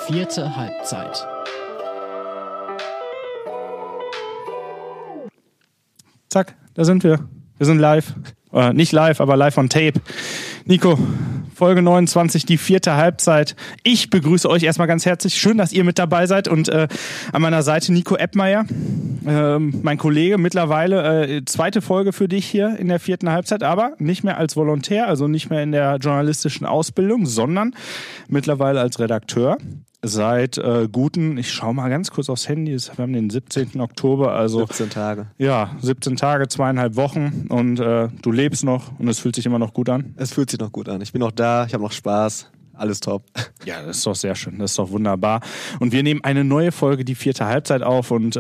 Vierte Halbzeit. Zack, da sind wir. Wir sind live. Nicht live, aber live on tape. Nico, Folge 29, die vierte Halbzeit. Ich begrüße euch erstmal ganz herzlich. Schön, dass ihr mit dabei seid. Und an meiner Seite Nico Eppmeier, mein Kollege. Mittlerweile zweite Folge für dich hier in der vierten Halbzeit, aber nicht mehr als Volontär, also nicht mehr in der journalistischen Ausbildung, sondern mittlerweile als Redakteur. Seit guten, ich schaue mal ganz kurz aufs Handy, wir haben den 17. Oktober, also 17 Tage. Ja, 17 Tage, 2,5 Wochen und du lebst noch und es fühlt sich immer noch gut an. Es fühlt sich noch gut an. Ich bin noch da, ich habe noch Spaß, alles top. Ja, das ist doch sehr schön, das ist doch wunderbar. Und wir nehmen eine neue Folge, die vierte Halbzeit auf und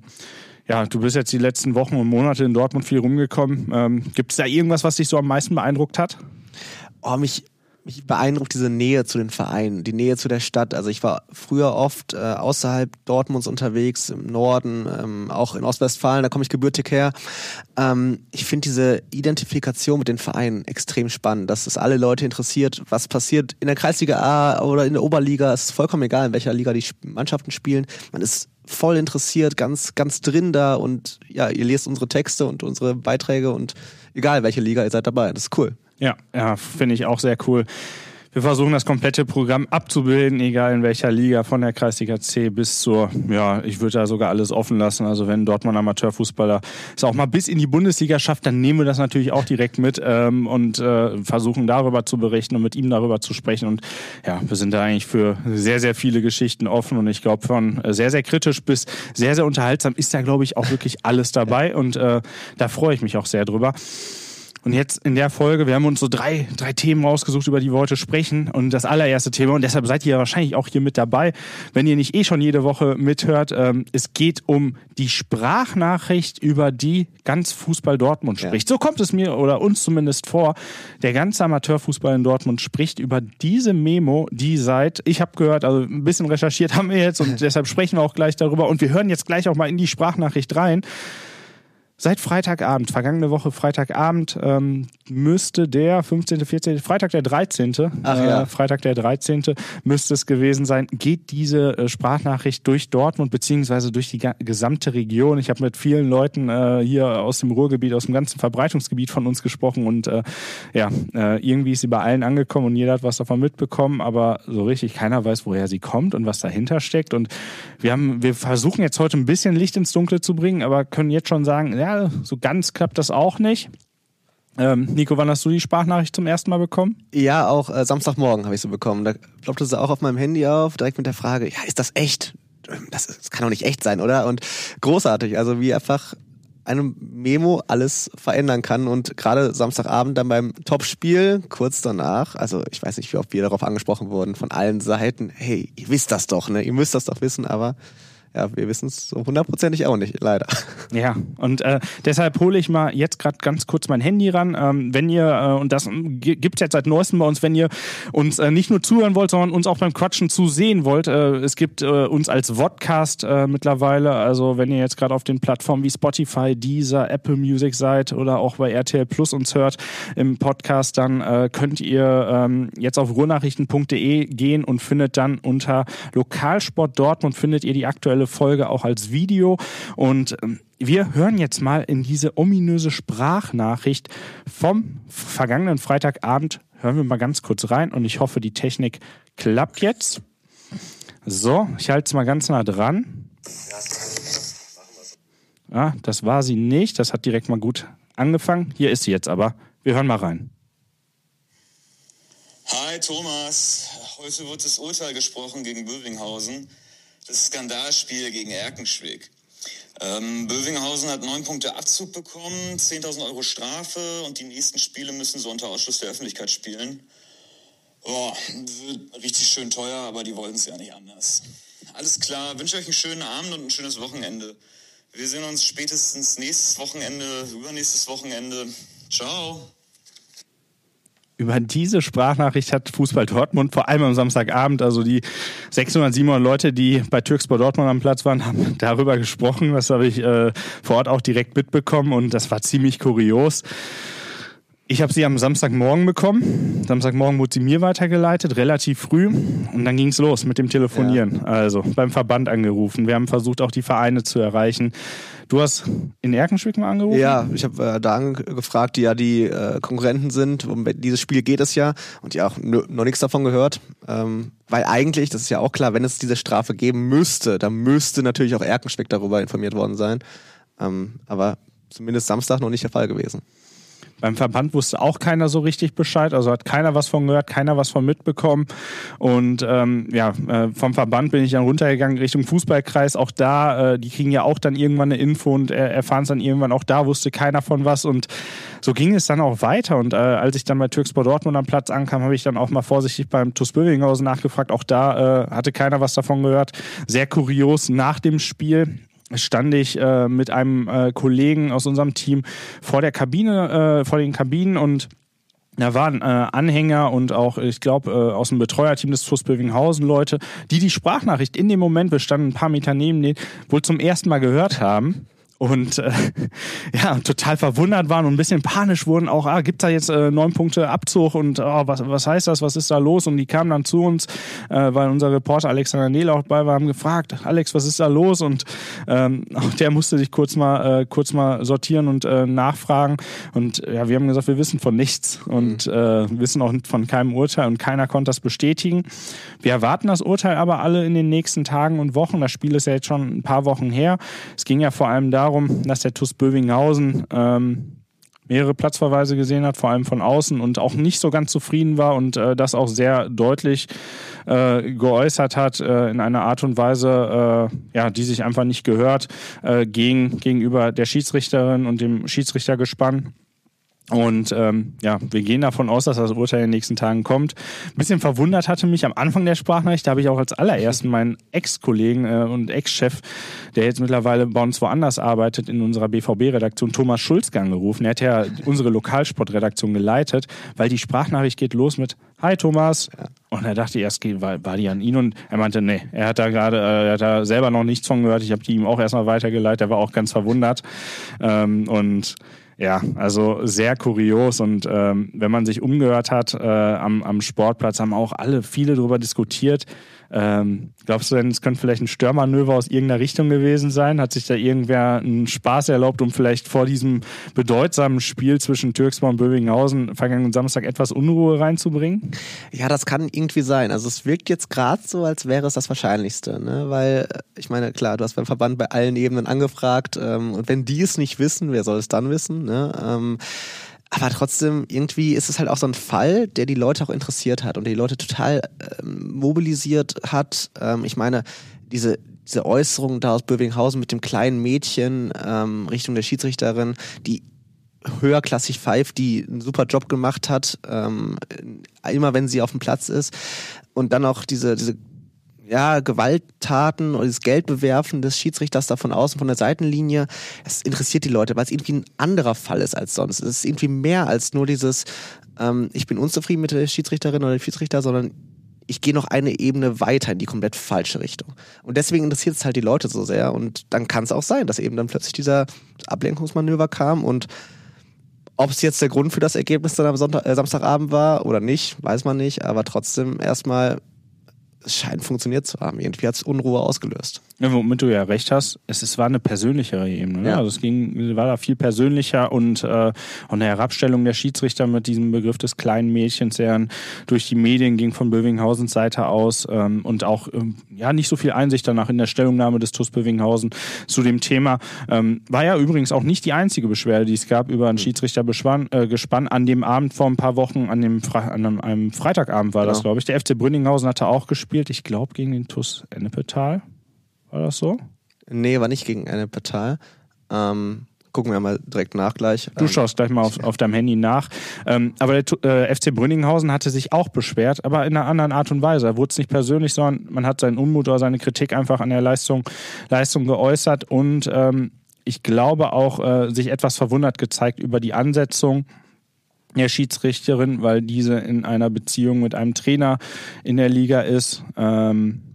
ja, du bist jetzt die letzten Wochen und Monate in Dortmund viel rumgekommen. Gibt es da irgendwas, was dich so am meisten beeindruckt hat? Oh, mich beeindruckt diese Nähe zu den Vereinen, die Nähe zu der Stadt. Also ich war früher oft außerhalb Dortmunds unterwegs, im Norden, auch in Ostwestfalen, da komme ich gebürtig her. Ich finde diese Identifikation mit den Vereinen extrem spannend, dass es alle Leute interessiert, was passiert in der Kreisliga A oder in der Oberliga. Es ist vollkommen egal, in welcher Liga die Mannschaften spielen. Man ist voll interessiert, ganz, ganz drin da und ja, ihr lest unsere Texte und unsere Beiträge und egal welche Liga, ihr seid dabei. Das ist cool. Ja, finde ich auch sehr cool. Wir versuchen das komplette Programm abzubilden, egal in welcher Liga, von der Kreisliga C bis zur, ja, ich würde da sogar alles offen lassen. Also wenn Dortmund Amateurfußballer es auch mal bis in die Bundesliga schafft, dann nehmen wir das natürlich auch direkt mit und versuchen darüber zu berichten und mit ihm darüber zu sprechen. Und ja, wir sind da eigentlich für sehr, sehr viele Geschichten offen und ich glaube von sehr, sehr kritisch bis sehr, sehr unterhaltsam ist da, glaube ich, auch wirklich alles dabei und da freue ich mich auch sehr drüber. Und jetzt in der Folge, wir haben uns so drei Themen rausgesucht, über die wir heute sprechen. Und das allererste Thema, und deshalb seid ihr ja wahrscheinlich auch hier mit dabei, wenn ihr nicht schon jede Woche mithört, es geht um die Sprachnachricht, über die ganz Fußball Dortmund spricht. Ja. So kommt es mir oder uns zumindest vor. Der ganze Amateurfußball in Dortmund spricht über diese Memo, die ich habe gehört, also ein bisschen recherchiert haben wir jetzt und deshalb sprechen wir auch gleich darüber. Und wir hören jetzt gleich auch mal in die Sprachnachricht rein. Seit Freitagabend, vergangene Woche Freitagabend, müsste der 15., 14., Freitag der 13. Freitag der 13. müsste es gewesen sein, geht diese Sprachnachricht durch Dortmund beziehungsweise durch die gesamte Region. Ich habe mit vielen Leuten hier aus dem Ruhrgebiet, aus dem ganzen Verbreitungsgebiet von uns gesprochen und irgendwie ist sie bei allen angekommen und jeder hat was davon mitbekommen, aber so richtig keiner weiß, woher sie kommt und was dahinter steckt. Und wir versuchen jetzt heute ein bisschen Licht ins Dunkle zu bringen, aber können jetzt schon sagen, ja, so ganz klappt das auch nicht. Nico, wann hast du die Sprachnachricht zum ersten Mal bekommen? Ja, auch Samstagmorgen habe ich so bekommen. Da ploppte sie auch auf meinem Handy auf, direkt mit der Frage, ja, ist das echt? Das kann doch nicht echt sein, oder? Und großartig, also wie einfach eine Memo alles verändern kann und gerade Samstagabend dann beim Topspiel, kurz danach, also ich weiß nicht, wie oft wir darauf angesprochen wurden, von allen Seiten, hey, ihr wisst das doch, ne? Ihr müsst das doch wissen, aber ja, wir wissen es so hundertprozentig auch nicht, leider. Ja, und deshalb hole ich mal jetzt gerade ganz kurz mein Handy ran. Wenn ihr, und das gibt es jetzt seit Neuestem bei uns, wenn ihr uns nicht nur zuhören wollt, sondern uns auch beim Quatschen zusehen wollt, es gibt uns als Vodcast mittlerweile, also wenn ihr jetzt gerade auf den Plattformen wie Spotify, Deezer, Apple Music seid oder auch bei RTL Plus uns hört im Podcast, dann könnt ihr jetzt auf ruhrnachrichten.de gehen und findet dann unter Lokalsport Dortmund findet ihr die aktuelle Folge auch als Video und wir hören jetzt mal in diese ominöse Sprachnachricht vom vergangenen Freitagabend. Hören wir mal ganz kurz rein und ich hoffe, die Technik klappt jetzt. So, ich halte es mal ganz nah dran. Ja, das war sie nicht. Das hat direkt mal gut angefangen. Hier ist sie jetzt aber. Wir hören mal rein. Hi Thomas, heute wird das Urteil gesprochen gegen Bövinghausen. Das Skandalspiel gegen Erkenschwick. Bövinghausen hat 9 Punkte Abzug bekommen, 10.000 Euro Strafe und die nächsten Spiele müssen sie unter Ausschluss der Öffentlichkeit spielen. Boah, wird richtig schön teuer, aber die wollten es ja nicht anders. Alles klar, wünsche euch einen schönen Abend und ein schönes Wochenende. Wir sehen uns spätestens nächstes Wochenende, übernächstes Wochenende. Ciao. Über diese Sprachnachricht hat Fußball Dortmund vor allem am Samstagabend, also die 600, 700 Leute, die bei Türkspor Dortmund am Platz waren, haben darüber gesprochen. Das habe ich vor Ort auch direkt mitbekommen und das war ziemlich kurios. Ich habe sie am Samstagmorgen bekommen. Samstagmorgen wurde sie mir weitergeleitet, relativ früh. Und dann ging es los mit dem Telefonieren. Ja. Also beim Verband angerufen. Wir haben versucht, auch die Vereine zu erreichen. Du hast in Erkenschwick mal angerufen? Ja, ich habe da gefragt, die ja die Konkurrenten sind. Um dieses Spiel geht es ja. Und ja auch noch nichts davon gehört. Weil eigentlich, das ist ja auch klar, wenn es diese Strafe geben müsste, dann müsste natürlich auch Erkenschwick darüber informiert worden sein. Aber zumindest Samstag noch nicht der Fall gewesen. Beim Verband wusste auch keiner so richtig Bescheid, also hat keiner was von gehört, keiner was von mitbekommen. Und vom Verband bin ich dann runtergegangen Richtung Fußballkreis. Auch da, die kriegen ja auch dann irgendwann eine Info und erfahren es dann irgendwann. Auch da wusste keiner von was. Und so ging es dann auch weiter. Und als ich dann bei Türkspor Dortmund am Platz ankam, habe ich dann auch mal vorsichtig beim TuS Bövinghausen nachgefragt. Auch da hatte keiner was davon gehört. Sehr kurios, nach dem Spiel stand ich mit einem Kollegen aus unserem Team vor der Kabine, vor den Kabinen, und da waren Anhänger und auch, ich glaube, aus dem Betreuerteam des TuS Bövinghausen Leute, die Sprachnachricht in dem Moment, wir standen ein paar Meter neben denen, wohl zum ersten Mal gehört haben. Und total verwundert waren und ein bisschen panisch wurden. Auch, gibt's da jetzt 9 Punkte Abzug und was heißt das, was ist da los? Und die kamen dann zu uns, weil unser Reporter Alexander Nehl auch dabei war, haben gefragt, Alex, was ist da los? Und auch der musste sich kurz mal sortieren und nachfragen. Und ja, wir haben gesagt, wir wissen von nichts und wissen auch von keinem Urteil, und keiner konnte das bestätigen. Wir erwarten das Urteil aber alle in den nächsten Tagen und Wochen. Das Spiel ist ja jetzt schon ein paar Wochen her. Es ging ja vor allem darum, dass der TuS Bövinghausen mehrere Platzverweise gesehen hat, vor allem von außen, und auch nicht so ganz zufrieden war und das auch sehr deutlich geäußert hat in einer Art und Weise, die sich einfach nicht gehört, gegenüber der Schiedsrichterin und dem Schiedsrichtergespann. Und wir gehen davon aus, dass das Urteil in den nächsten Tagen kommt. Ein bisschen verwundert hatte mich am Anfang der Sprachnachricht, da habe ich auch als allerersten meinen Ex-Kollegen und Ex-Chef, der jetzt mittlerweile bei uns woanders arbeitet, in unserer BVB-Redaktion, Thomas Schulzke, angerufen. Er hat ja unsere Lokalsportredaktion geleitet, weil die Sprachnachricht geht los mit "Hi Thomas". Ja. Und er dachte erst, war die an ihn, und er meinte, nee, er hat da selber noch nichts von gehört. Ich habe die ihm auch erstmal weitergeleitet, er war auch ganz verwundert. Ja, also sehr kurios, und wenn man sich umgehört hat am Sportplatz, haben auch viele darüber diskutiert. Glaubst du denn, es könnte vielleicht ein Störmanöver aus irgendeiner Richtung gewesen sein? Hat sich da irgendwer einen Spaß erlaubt, um vielleicht vor diesem bedeutsamen Spiel zwischen Türkspor und Bövinghausen vergangenen Samstag etwas Unruhe reinzubringen? Ja, das kann irgendwie sein. Also es wirkt jetzt gerade so, als wäre es das Wahrscheinlichste, ne? Weil, ich meine, klar, du hast beim Verband bei allen Ebenen angefragt, und wenn die es nicht wissen, wer soll es dann wissen, ne? Aber trotzdem, irgendwie ist es halt auch so ein Fall, der die Leute auch interessiert hat und die Leute total mobilisiert hat. Ich meine, diese Äußerung da aus Bövinghausen mit dem kleinen Mädchen Richtung der Schiedsrichterin, die höherklassig pfeift, die einen super Job gemacht hat, immer wenn sie auf dem Platz ist. Und dann auch diese Gewalttaten oder dieses Geldbewerfen des Schiedsrichters da von außen, von der Seitenlinie, es interessiert die Leute, weil es irgendwie ein anderer Fall ist als sonst. Es ist irgendwie mehr als nur dieses, ich bin unzufrieden mit der Schiedsrichterin oder dem Schiedsrichter, sondern ich gehe noch eine Ebene weiter in die komplett falsche Richtung. Und deswegen interessiert es halt die Leute so sehr. Und dann kann es auch sein, dass eben dann plötzlich dieser Ablenkungsmanöver kam, und ob es jetzt der Grund für das Ergebnis dann am Samstagabend war oder nicht, weiß man nicht, aber trotzdem erstmal, es scheint funktioniert zu haben. Irgendwie hat es Unruhe ausgelöst. Ja, womit du ja recht hast, es war eine persönlichere Ebene. Ne? Ja. Also es war da viel persönlicher, und eine Herabstellung der Schiedsrichter mit diesem Begriff des kleinen Mädchens, der durch die Medien ging von Bövinghausens Seite aus, und auch nicht so viel Einsicht danach in der Stellungnahme des TuS Bövinghausen zu dem Thema. War ja übrigens auch nicht die einzige Beschwerde, die es gab über ein Schiedsrichtergespann an dem Abend vor ein paar Wochen, an einem Freitagabend war das, glaube ich. Der FC Brünninghausen hatte auch gespielt, ich glaube gegen den TuS Ennepetal. War das so? Nee, war nicht gegen Ennepetal. Gucken wir mal direkt nach gleich. Du schaust gleich mal auf deinem Handy nach. Aber der FC Brünninghausen hatte sich auch beschwert, aber in einer anderen Art und Weise. Er wurde es nicht persönlich, sondern man hat seinen Unmut oder seine Kritik einfach an der Leistung geäußert, und ich glaube auch sich etwas verwundert gezeigt über die Ansetzung der Schiedsrichterin, weil diese in einer Beziehung mit einem Trainer in der Liga ist.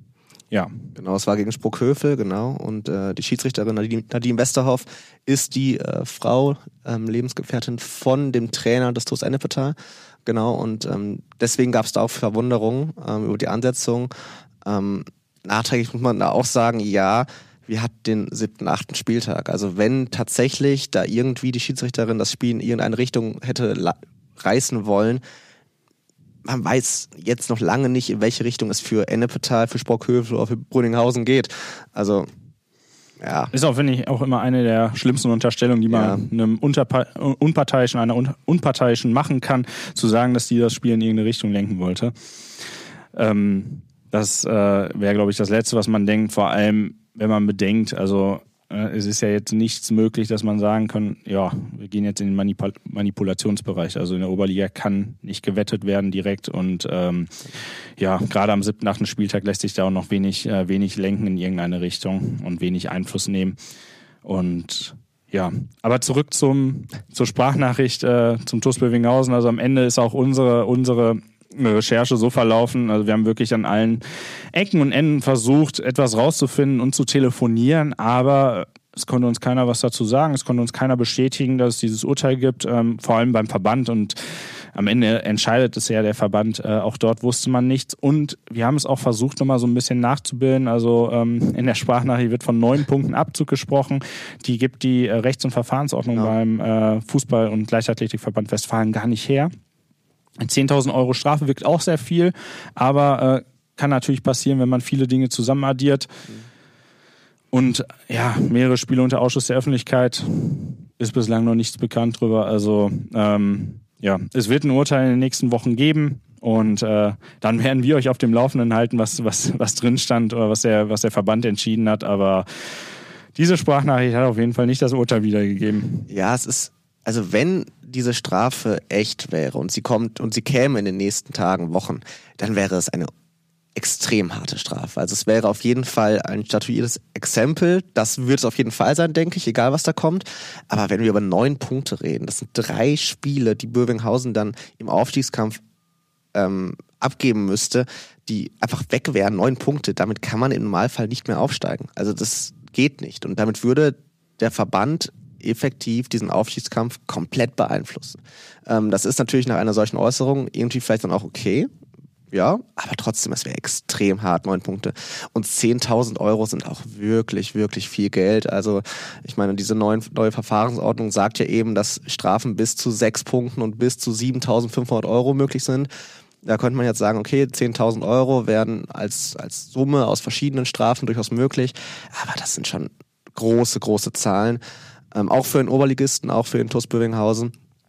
Ja. Genau, es war gegen Sprockhövel, genau. Und die Schiedsrichterin Nadine Westerhoff ist die Frau, Lebensgefährtin von dem Trainer des TuS Ennepetal. Genau, und deswegen gab es da auch Verwunderung über die Ansetzung. Nachträglich muss man da auch sagen, ja, wir hatten den 7., 8. Spieltag. Also wenn tatsächlich da irgendwie die Schiedsrichterin das Spiel in irgendeine Richtung hätte reißen wollen, man weiß jetzt noch lange nicht, in welche Richtung es für Ennepetal, für Sprockhövel oder für Brünninghausen geht. Also, ja. Ist auch, finde ich, auch immer eine der schlimmsten Unterstellungen, die man einem Unparteiischen, einer Unparteiischen machen kann, zu sagen, dass die das Spiel in irgendeine Richtung lenken wollte. Das wäre, glaube ich, das Letzte, was man denkt, vor allem, wenn man bedenkt, also es ist ja jetzt nichts möglich, dass man sagen kann, ja, wir gehen jetzt in den Manipulationsbereich. Also in der Oberliga kann nicht gewettet werden direkt und gerade am 7., 8. Spieltag lässt sich da auch noch wenig lenken in irgendeine Richtung und wenig Einfluss nehmen. Und ja, aber zurück zur Sprachnachricht zum TuS Bövinghausen. Also am Ende ist auch unsere Recherche so verlaufen, also wir haben wirklich an allen Ecken und Enden versucht, etwas rauszufinden und zu telefonieren, aber es konnte uns keiner was dazu sagen, es konnte uns keiner bestätigen, dass es dieses Urteil gibt, vor allem beim Verband, und am Ende entscheidet es ja der Verband, auch dort wusste man nichts, und wir haben es auch versucht, nochmal so ein bisschen nachzubilden, also in der Sprachnachricht wird von 9 Punkten Abzug gesprochen, die gibt die Rechts- und Verfahrensordnung beim Fußball- und Leichtathletikverband Westfalen gar nicht her. 10.000 Euro Strafe wirkt auch sehr viel, aber kann natürlich passieren, wenn man viele Dinge zusammen addiert. Und ja, mehrere Spiele unter Ausschuss der Öffentlichkeit, ist bislang noch nichts bekannt drüber. Also es wird ein Urteil in den nächsten Wochen geben und dann werden wir euch auf dem Laufenden halten, was drin stand oder was der Verband entschieden hat. Aber diese Sprachnachricht hat auf jeden Fall nicht das Urteil wiedergegeben. Ja, es ist, also wenn diese Strafe echt wäre und sie käme in den nächsten Tagen, Wochen, dann wäre es eine extrem harte Strafe. Also es wäre auf jeden Fall ein statuiertes Exempel. Das wird es auf jeden Fall sein, denke ich, egal was da kommt. Aber wenn wir über 9 Punkte reden, das sind 3 Spiele, die Bövinghausen dann im Aufstiegskampf abgeben müsste, die einfach weg wären, 9 Punkte. Damit kann man im Normalfall nicht mehr aufsteigen. Also das geht nicht. Und damit würde der Verband effektiv diesen Aufstiegskampf komplett beeinflussen. Das ist natürlich nach einer solchen Äußerung irgendwie vielleicht dann auch okay, ja, aber trotzdem, es wäre extrem hart, 9 Punkte. Und 10.000 Euro sind auch wirklich, wirklich viel Geld. Also ich meine, diese neue Verfahrensordnung sagt ja eben, dass Strafen bis zu 6 Punkten und bis zu 7.500 Euro möglich sind. Da könnte man jetzt sagen, okay, 10.000 Euro werden als Summe aus verschiedenen Strafen durchaus möglich. Aber das sind schon große, große Zahlen. Auch für den Oberligisten, auch für den TuS Bövinghausen.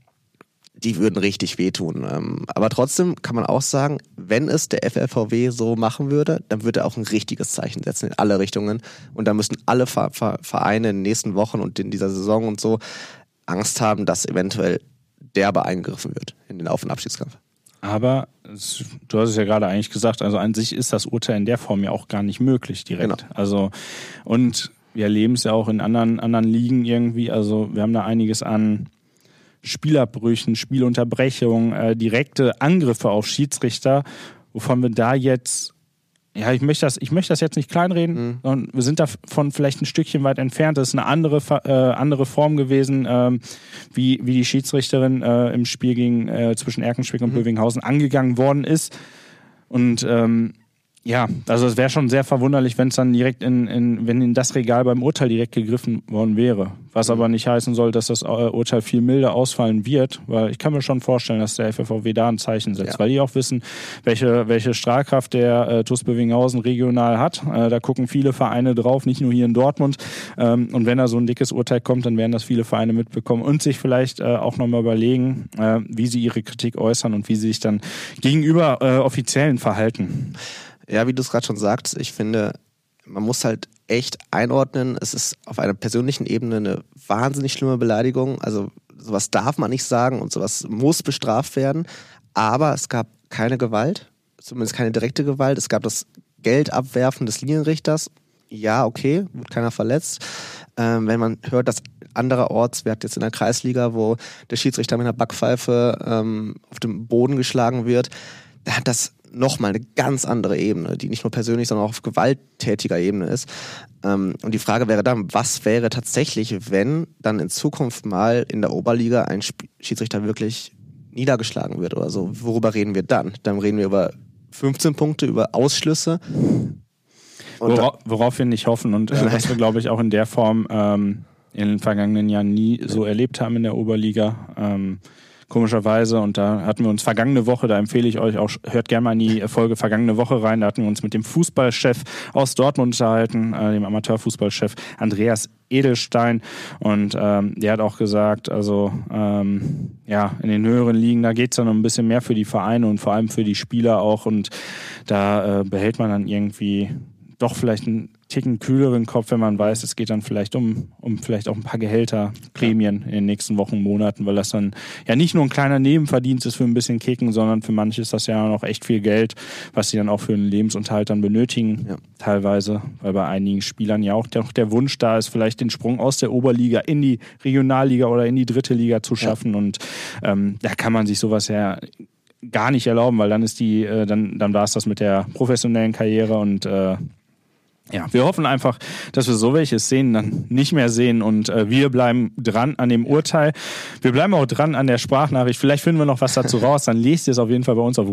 Die würden richtig wehtun. Aber trotzdem kann man auch sagen, wenn es der FLVW so machen würde, dann würde er auch ein richtiges Zeichen setzen in alle Richtungen. Und da müssen alle Vereine in den nächsten Wochen und in dieser Saison und so Angst haben, dass eventuell derbe eingegriffen wird in den Auf- und Abstiegskampf. Aber du hast es ja gerade eigentlich gesagt, also an sich ist das Urteil in der Form ja auch gar nicht möglich direkt. Genau. Also und wir erleben es ja auch in anderen Ligen irgendwie. Also wir haben da einiges an Spielabbrüchen, Spielunterbrechungen, direkte Angriffe auf Schiedsrichter, wovon wir da jetzt, ja, ich möchte das jetzt nicht kleinreden, sondern wir sind davon vielleicht ein Stückchen weit entfernt. Das ist eine andere Form gewesen, wie die Schiedsrichterin im Spiel zwischen Erkenschwick und Bövinghausen angegangen worden ist. Und ja, also es wäre schon sehr verwunderlich, wenn es dann direkt wenn in das Regal beim Urteil direkt gegriffen worden wäre. Was aber nicht heißen soll, dass das Urteil viel milder ausfallen wird, weil ich kann mir schon vorstellen, dass der FLVW da ein Zeichen setzt, weil die auch wissen, welche Strahlkraft der TuS Bövinghausen regional hat. Da gucken viele Vereine drauf, nicht nur hier in Dortmund. Und wenn da so ein dickes Urteil kommt, dann werden das viele Vereine mitbekommen und sich vielleicht auch nochmal überlegen, wie sie ihre Kritik äußern und wie sie sich dann gegenüber Offiziellen verhalten. Ja, wie du es gerade schon sagst, ich finde, man muss halt echt einordnen, es ist auf einer persönlichen Ebene eine wahnsinnig schlimme Beleidigung, also sowas darf man nicht sagen und sowas muss bestraft werden, aber es gab keine Gewalt, zumindest keine direkte Gewalt, es gab das Geldabwerfen des Linienrichters, ja, okay, wird keiner verletzt. Wenn man hört, dass andererorts, wir hatten jetzt in der Kreisliga, wo der Schiedsrichter mit einer Backpfeife auf dem Boden geschlagen wird, da hat das nochmal eine ganz andere Ebene, die nicht nur persönlich, sondern auch auf gewalttätiger Ebene ist. Und die Frage wäre dann, was wäre tatsächlich, wenn dann in Zukunft mal in der Oberliga ein Schiedsrichter wirklich niedergeschlagen wird oder so? Worüber reden wir dann? Dann reden wir über 15 Punkte, über Ausschlüsse. Worauf wir nicht hoffen und was wir, glaube ich, auch in der Form in den vergangenen Jahren nie so erlebt haben in der Oberliga. Komischerweise, und da hatten wir uns vergangene Woche, da empfehle ich euch auch, hört gerne mal in die Folge vergangene Woche rein, da hatten wir uns mit dem Fußballchef aus Dortmund unterhalten, dem Amateurfußballchef Andreas Edelstein, und der hat auch gesagt, also in den höheren Ligen, da geht es dann noch ein bisschen mehr für die Vereine und vor allem für die Spieler auch, und da behält man dann irgendwie doch vielleicht einen Ticken kühleren Kopf, wenn man weiß, es geht dann vielleicht um vielleicht auch ein paar Gehälter, Prämien in den nächsten Wochen, Monaten, weil das dann ja nicht nur ein kleiner Nebenverdienst ist für ein bisschen Kicken, sondern für manche ist das ja noch echt viel Geld, was sie dann auch für einen Lebensunterhalt dann benötigen, teilweise, weil bei einigen Spielern ja auch der Wunsch da ist, vielleicht den Sprung aus der Oberliga in die Regionalliga oder in die dritte Liga zu schaffen, und da kann man sich sowas ja gar nicht erlauben, weil dann ist dann war es das mit der professionellen Karriere, und wir hoffen einfach, dass wir so welche Szenen dann nicht mehr sehen, und wir bleiben dran an dem Urteil. Wir bleiben auch dran an der Sprachnachricht. Vielleicht finden wir noch was dazu raus. Dann lest ihr es auf jeden Fall bei uns auf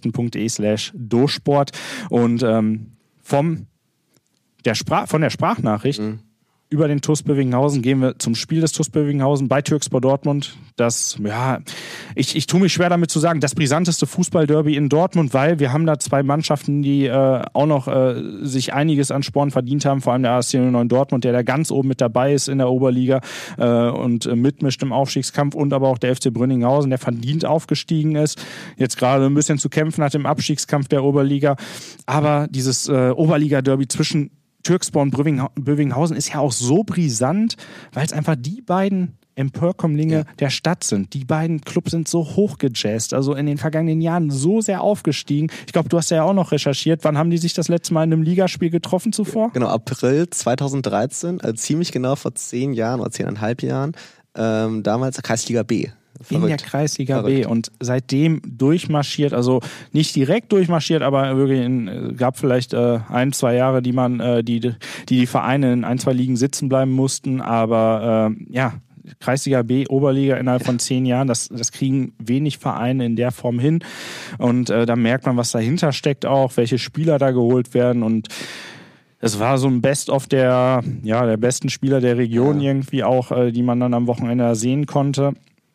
ruhrnachrichten.de/dosport, und von der Sprachnachricht über den TuS Bövinghausen gehen wir zum Spiel des TuS Bövinghausen bei Türkspor Dortmund. Das, ich tue mich schwer damit zu sagen, das brisanteste Fußballderby in Dortmund, weil wir haben da zwei Mannschaften, die auch noch sich einiges an Sporn verdient haben, vor allem der ASC 09 Dortmund, der da ganz oben mit dabei ist in der Oberliga und mitmischt im Aufstiegskampf, und aber auch der FC Brünninghausen, der verdient aufgestiegen ist, jetzt gerade ein bisschen zu kämpfen hat im Abstiegskampf der Oberliga. Aber dieses Oberliga-Derby zwischen Türkspor und Bövinghausen ist ja auch so brisant, weil es einfach die beiden Emporkömmlinge der Stadt sind. Die beiden Clubs sind so hochgejazzt, also in den vergangenen Jahren so sehr aufgestiegen. Ich glaube, du hast ja auch noch recherchiert. Wann haben die sich das letzte Mal in einem Ligaspiel getroffen zuvor? Genau, April 2013, also ziemlich genau vor 10 Jahren oder 10,5 Jahren. Damals Kreisliga B. Verrückt. In der Kreisliga B, und seitdem durchmarschiert, also nicht direkt durchmarschiert, aber wirklich gab vielleicht 1-2 Jahre, die die Vereine in 1-2 Ligen sitzen bleiben mussten, aber Kreisliga B, Oberliga innerhalb von 10 Jahren, das kriegen wenig Vereine in der Form hin, und da merkt man, was dahinter steckt auch, welche Spieler da geholt werden, und es war so ein Best-of der besten Spieler der Region irgendwie auch, die man dann am Wochenende sehen konnte.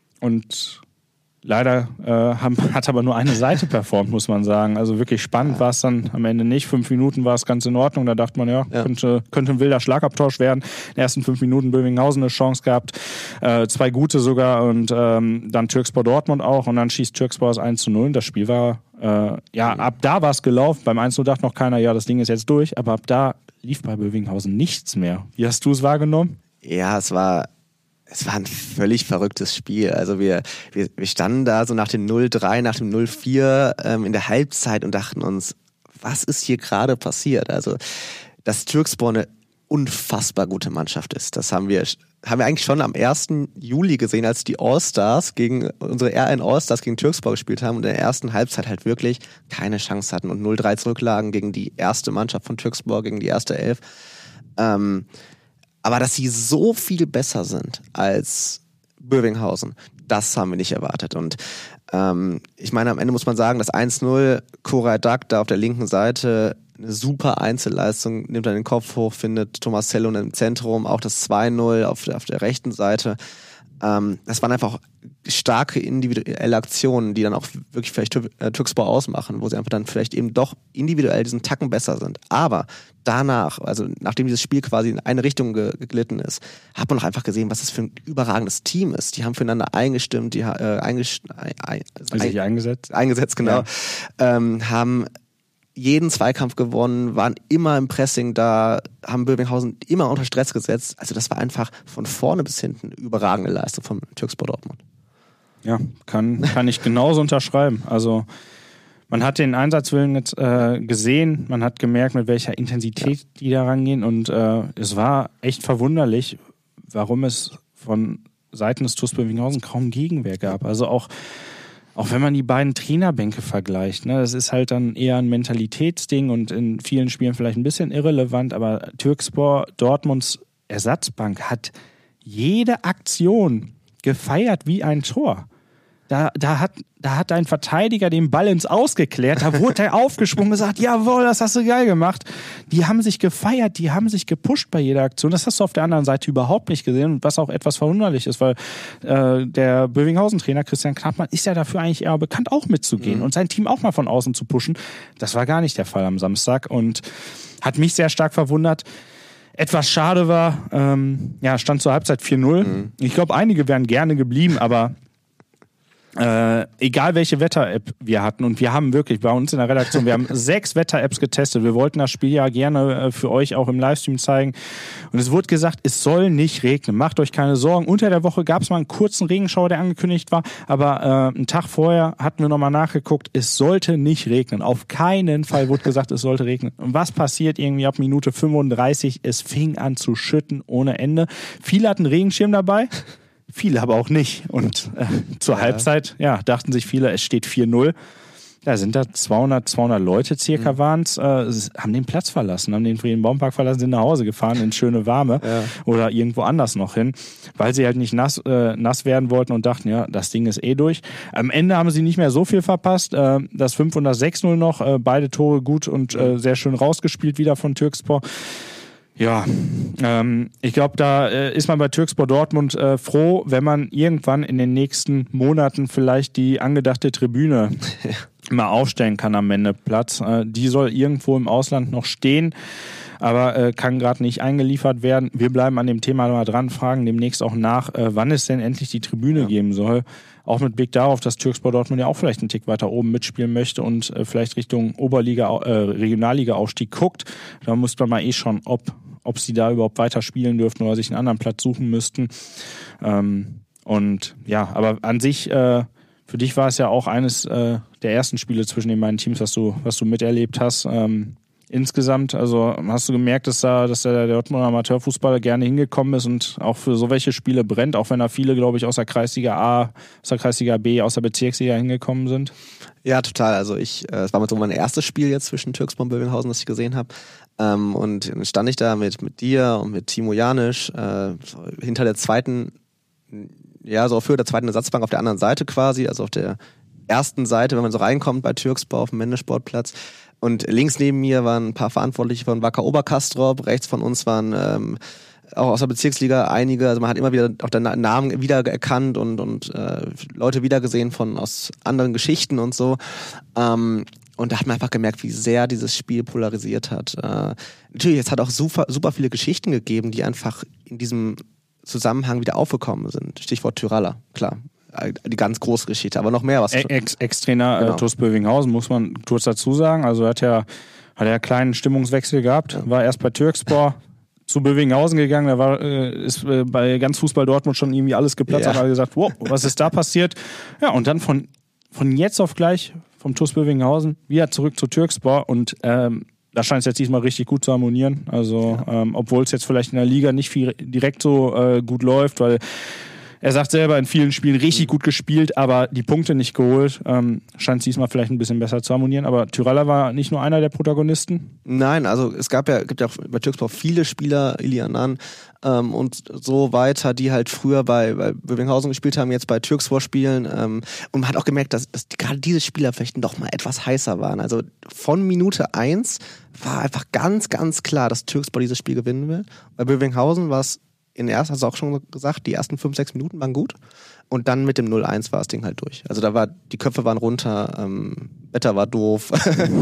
Und leider hat aber nur eine Seite performt, muss man sagen. Also wirklich spannend war es dann am Ende nicht. 5 Minuten war es ganz in Ordnung. Da dachte man, könnte ein wilder Schlagabtausch werden. In den ersten 5 Minuten Bövinghausen eine Chance gehabt. 2 gute sogar, und dann Türkspor Dortmund auch. Und dann schießt Türkspor das 1:0. Das Spiel war, ab da war es gelaufen. Beim 1:0 dachte noch keiner, das Ding ist jetzt durch. Aber ab da lief bei Bövinghausen nichts mehr. Wie hast du es wahrgenommen? Ja, es war ein völlig verrücktes Spiel. Also wir standen da so nach dem 0:3, nach dem 0:4 in der Halbzeit und dachten uns, was ist hier gerade passiert? Also, dass Türkspor eine unfassbar gute Mannschaft ist, das haben wir eigentlich schon am 1. Juli gesehen, als die All-Stars unsere R1 All-Stars gegen Türkspor gespielt haben und in der ersten Halbzeit halt wirklich keine Chance hatten und 0:3 zurücklagen gegen die erste Mannschaft von Türkspor, gegen die erste Elf. Aber dass sie so viel besser sind als Bövinghausen, das haben wir nicht erwartet. Und ich meine, am Ende muss man sagen, das 1:0, Koray Dak da auf der linken Seite, eine super Einzelleistung, nimmt dann den Kopf hoch, findet Thomas Zellon im Zentrum, auch das 2:0 auf der rechten Seite. Das waren einfach starke individuelle Aktionen, die dann auch wirklich vielleicht Türkspor ausmachen, wo sie einfach dann vielleicht eben doch individuell diesen Tacken besser sind. Aber danach, also nachdem dieses Spiel quasi in eine Richtung geglitten ist, hat man noch einfach gesehen, was das für ein überragendes Team ist. Die haben füreinander eingestimmt, eingesetzt, genau. Ja. Haben jeden Zweikampf gewonnen, waren immer im Pressing da, haben Bövinghausen immer unter Stress gesetzt. Also das war einfach von vorne bis hinten eine überragende Leistung von Türkspor Dortmund. Ja, kann ich genauso unterschreiben. Also man hat den Einsatzwillen jetzt gesehen, man hat gemerkt, mit welcher Intensität die da rangehen, und es war echt verwunderlich, warum es von Seiten des TuS Bövinghausen kaum Gegenwehr gab. Also auch Auch wenn man die beiden Trainerbänke vergleicht, ne, das ist halt dann eher ein Mentalitätsding und in vielen Spielen vielleicht ein bisschen irrelevant, aber Türkspor Dortmunds Ersatzbank hat jede Aktion gefeiert wie ein Tor. Da hat ein Verteidiger den Ball ins Aus geklärt, da wurde er aufgesprungen und gesagt, jawohl, das hast du geil gemacht. Die haben sich gefeiert, die haben sich gepusht bei jeder Aktion. Das hast du auf der anderen Seite überhaupt nicht gesehen, was auch etwas verwunderlich ist, weil der Bövinghausen-Trainer Christian Knappmann ist ja dafür eigentlich eher bekannt, auch mitzugehen und sein Team auch mal von außen zu pushen. Das war gar nicht der Fall am Samstag und hat mich sehr stark verwundert. Etwas schade war, stand zur Halbzeit 4-0. Ich glaube, einige wären gerne geblieben, aber egal welche Wetter-App wir hatten, und wir haben wirklich bei uns in der Redaktion, wir haben 6 Wetter-Apps getestet. Wir wollten das Spiel ja gerne für euch auch im Livestream zeigen. Und es wurde gesagt, es soll nicht regnen. Macht euch keine Sorgen. Unter der Woche gab es mal einen kurzen Regenschauer, der angekündigt war. Aber einen Tag vorher hatten wir nochmal nachgeguckt, es sollte nicht regnen. Auf keinen Fall wurde gesagt, es sollte regnen. Und was passiert irgendwie ab Minute 35? Es fing an zu schütten ohne Ende. Viele hatten Regenschirm dabei. Viele aber auch nicht. Und zur Halbzeit, dachten sich viele, es steht 4-0. Da sind da 200 Leute circa waren es, haben den Platz verlassen, haben den Frieden-Baum-Park verlassen, sind nach Hause gefahren in schöne Warme oder irgendwo anders noch hin, weil sie halt nicht nass werden wollten und dachten, ja, das Ding ist eh durch. Am Ende haben sie nicht mehr so viel verpasst. Das 5 und das 6-0 noch, beide Tore gut und sehr schön rausgespielt wieder von Türkspor. Ja, ich glaube, da ist man bei Türkspor Dortmund froh, wenn man irgendwann in den nächsten Monaten vielleicht die angedachte Tribüne mal aufstellen kann am Wendeplatz. Die soll irgendwo im Ausland noch stehen, aber kann gerade nicht eingeliefert werden. Wir bleiben an dem Thema mal dran, fragen demnächst auch nach, wann es denn endlich die Tribüne geben soll. Auch mit Blick darauf, dass Türkspor Dortmund ja auch vielleicht einen Tick weiter oben mitspielen möchte und vielleicht Richtung Regionalliga-Aufstieg guckt. Da muss man mal schauen, ob sie da überhaupt weiter spielen dürften oder sich einen anderen Platz suchen müssten. Aber an sich, für dich war es ja auch eines der ersten Spiele zwischen den beiden Teams, was du miterlebt hast. Insgesamt, also hast du gemerkt, dass der Dortmunder Amateurfußballer gerne hingekommen ist und auch für so welche Spiele brennt, auch wenn da viele, glaube ich, aus der Kreisliga A, aus der Kreisliga B, aus der Bezirksliga hingekommen sind? Ja, total. Also es war so mein erstes Spiel jetzt zwischen Türkspor und Bövinghausen, das ich gesehen habe. Und dann stand ich da mit dir und mit Timo Janisch hinter der zweiten, so auf Höhe der zweiten Ersatzbank auf der anderen Seite quasi, also auf der ersten Seite, wenn man so reinkommt bei Türkspor auf dem Männersportplatz. Und links neben mir waren ein paar Verantwortliche von Wacker Oberkastrop, rechts von uns waren auch aus der Bezirksliga einige, also man hat immer wieder auch den Namen wiedererkannt und Leute wiedergesehen aus anderen Geschichten und so. Und da hat man einfach gemerkt, wie sehr dieses Spiel polarisiert hat. Natürlich, es hat auch super viele Geschichten gegeben, die einfach in diesem Zusammenhang wieder aufgekommen sind. Stichwort Tyralla, klar. Die ganz große Geschichte, aber noch mehr. Ex-Trainer genau. TuS Bövinghausen, muss man kurz dazu sagen. Also hat er einen kleinen Stimmungswechsel gehabt. War erst bei Türkspor zu Bövinghausen gegangen. Da ist bei ganz Fußball Dortmund schon irgendwie alles geplatzt. Hat alle gesagt, wow, was ist da passiert? Ja, und dann von jetzt auf gleich vom TuS Bövinghausen wieder zurück zu Türkspor und da scheint es jetzt diesmal richtig gut zu harmonieren. Also obwohl es jetzt vielleicht in der Liga nicht viel direkt so gut läuft, weil er sagt selber, in vielen Spielen richtig gut gespielt, aber die Punkte nicht geholt. Scheint es diesmal vielleicht ein bisschen besser zu harmonieren. Aber Tyralla war nicht nur einer der Protagonisten? Nein, also es gibt ja auch bei Türkspor viele Spieler, Ilianan und so weiter, die halt früher bei Bövinghausen gespielt haben, jetzt bei Türkspor spielen. Und man hat auch gemerkt, dass gerade diese Spieler vielleicht noch mal etwas heißer waren. Also von Minute 1 war einfach ganz, ganz klar, dass Türkspor dieses Spiel gewinnen will. Bei Bövinghausen war es hast du auch schon gesagt, die ersten 5-6 Minuten waren gut und dann mit dem 0-1 war das Ding halt durch. Also die Köpfe waren runter, Wetter war doof.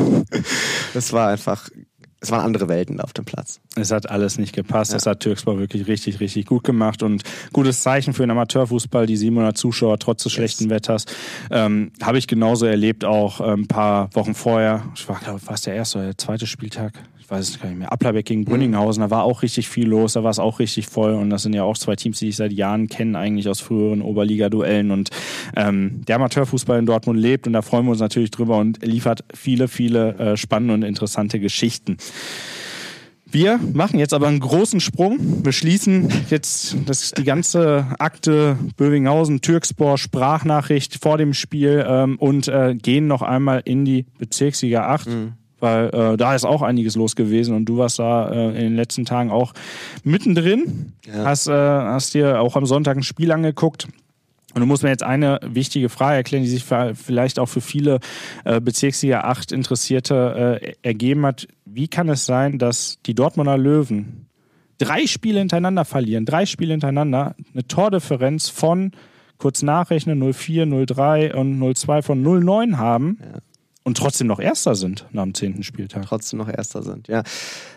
Es waren andere Welten auf dem Platz. Es hat alles nicht gepasst. Das hat Türkspor wirklich richtig, richtig gut gemacht und gutes Zeichen für den Amateurfußball, die 700 Zuschauer trotz des schlechten Wetters. Habe ich genauso erlebt, auch ein paar Wochen vorher. Ich war es der erste oder der zweite Spieltag? Ich weiß es gar nicht mehr. Applerbeck gegen Brünninghausen, da war auch richtig viel los, da war es auch richtig voll und das sind ja auch 2 Teams, die ich seit Jahren kenne, eigentlich aus früheren Oberliga-Duellen und der Amateurfußball in Dortmund lebt und da freuen wir uns natürlich drüber und liefert viele, viele spannende und interessante Geschichten. Wir machen jetzt aber einen großen Sprung. Wir schließen jetzt die ganze Akte Bövinghausen, Türkspor, Sprachnachricht vor dem Spiel und gehen noch einmal in die Bezirksliga 8. Weil da ist auch einiges los gewesen und du warst da in den letzten Tagen auch mittendrin. Ja. Hast dir auch am Sonntag ein Spiel angeguckt. Und du musst mir jetzt eine wichtige Frage erklären, die sich vielleicht auch für viele Bezirksliga 8 Interessierte ergeben hat. Wie kann es sein, dass die Dortmunder Löwen 3 Spiele hintereinander verlieren, 3 Spiele hintereinander, eine Tordifferenz von, kurz nachrechnen, 0,4, 0,3 und 0,2 von 0,9 haben und trotzdem noch Erster sind nach dem 10. Spieltag? Trotzdem noch Erster sind, ja.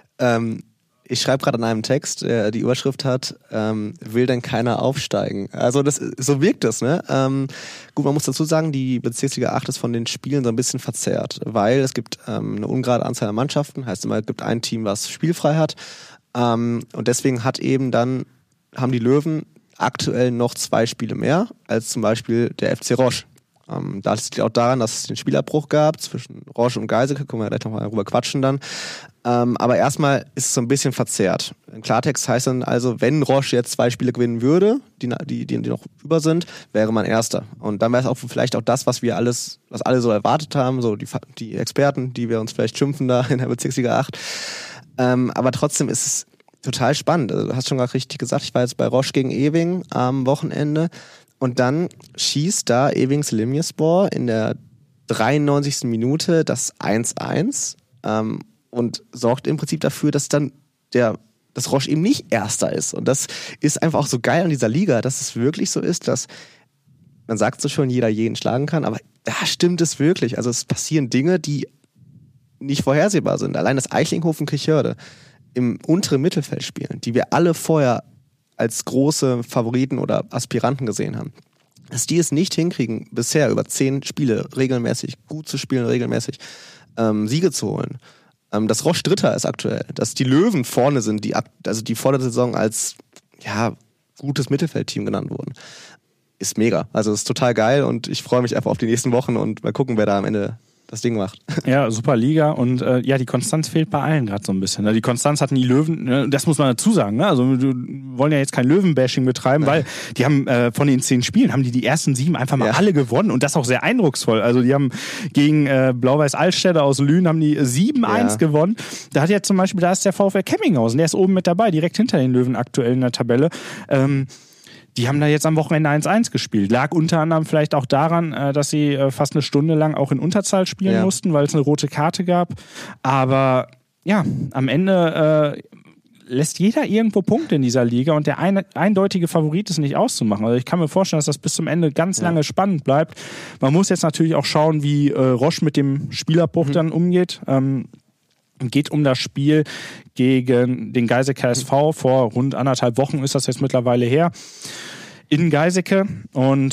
Ich schreibe gerade an einem Text, der die Überschrift hat, will denn keiner aufsteigen? Also so wirkt es, ne? Gut, man muss dazu sagen, die Bezirksliga 8 ist von den Spielen so ein bisschen verzerrt, weil es gibt eine ungerade Anzahl an Mannschaften, heißt immer, es gibt ein Team, was spielfrei hat. Und deswegen haben die Löwen aktuell noch 2 Spiele mehr als zum Beispiel der FC Roche. Das liegt auch daran, dass es den Spielabbruch gab zwischen Roche und Geiseke, können wir gleich nochmal darüber quatschen dann. Aber erstmal ist es so ein bisschen verzerrt. Im Klartext heißt dann also, wenn Roche jetzt 2 Spiele gewinnen würde, die noch über sind, wäre man Erster. Und dann wäre es auch vielleicht auch das, was alle so erwartet haben, so die Experten, die wir uns vielleicht schimpfen da in der Bezirksliga 8. Aber trotzdem ist es total spannend. Also, du hast schon gerade richtig gesagt, ich war jetzt bei Roche gegen Ewing am Wochenende. Und dann schießt da Ewings Limjespor in der 93. Minute das 1-1 und sorgt im Prinzip dafür, dass dann dass Roche eben nicht Erster ist. Und das ist einfach auch so geil an dieser Liga, dass es wirklich so ist, dass man sagt so schon, jeder jeden schlagen kann, aber da stimmt es wirklich. Also es passieren Dinge, die nicht vorhersehbar sind. Allein das Eichlinghofen-Kirchhörde im unteren Mittelfeld spielen, die wir alle vorher als große Favoriten oder Aspiranten gesehen haben. Dass die es nicht hinkriegen, bisher über 10 Spiele regelmäßig gut zu spielen, regelmäßig Siege zu holen. Dass Roche Dritter ist aktuell. Dass die Löwen vorne sind, die vor der Saison als gutes Mittelfeldteam genannt wurden. Ist mega. Also ist total geil und ich freue mich einfach auf die nächsten Wochen und mal gucken, wer da am Ende das Ding macht. Ja, super Liga und die Konstanz fehlt bei allen gerade so ein bisschen. Die Konstanz hatten die Löwen, das muss man dazu sagen, ne? Also wir wollen ja jetzt kein Löwen-Bashing betreiben, weil die haben von den 10 Spielen, haben die ersten 7 einfach mal alle gewonnen und das auch sehr eindrucksvoll. Also die haben gegen Blau-Weiß Altstädte aus Lünen haben die 7-1 gewonnen. Da ist der VfL Kemminghausen, der ist oben mit dabei, direkt hinter den Löwen aktuell in der Tabelle. Die haben da jetzt am Wochenende 1-1 gespielt. Lag unter anderem vielleicht auch daran, dass sie fast eine Stunde lang auch in Unterzahl spielen mussten, weil es eine rote Karte gab. Aber ja, am Ende lässt jeder irgendwo Punkte in dieser Liga und der eindeutige Favorit ist nicht auszumachen. Also ich kann mir vorstellen, dass das bis zum Ende ganz lange spannend bleibt. Man muss jetzt natürlich auch schauen, wie Roche mit dem Spielabbruch dann umgeht. Geht um das Spiel gegen den Geiseke SV. Vor rund 1,5 Wochen ist das jetzt mittlerweile her. In Geiseke. Und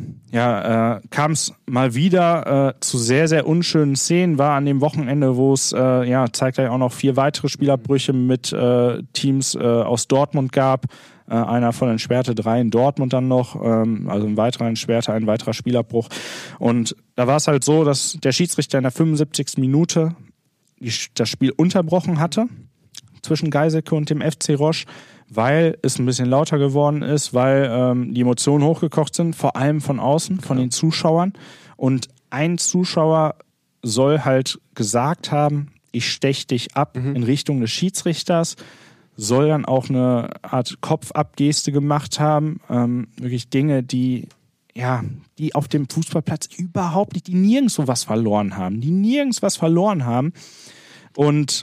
kam es mal wieder zu sehr, sehr unschönen Szenen. War an dem Wochenende, wo es zeitgleich auch noch 4 weitere Spielabbrüche mit Teams aus Dortmund gab. Einer von Entschwerte, 3 in Dortmund dann noch. Also ein weiterer Entschwerte, ein weiterer Spielabbruch. Und da war es halt so, dass der Schiedsrichter in der 75. Minute das Spiel unterbrochen hatte zwischen Geiseke und dem FC Roche, weil es ein bisschen lauter geworden ist, weil die Emotionen hochgekocht sind, vor allem von außen, von den Zuschauern. Und ein Zuschauer soll halt gesagt haben, ich stech dich ab in Richtung des Schiedsrichters, soll dann auch eine Art Kopfabgeste gemacht haben. Wirklich Dinge, die auf dem Fußballplatz überhaupt nicht, die nirgendwo was verloren haben. Und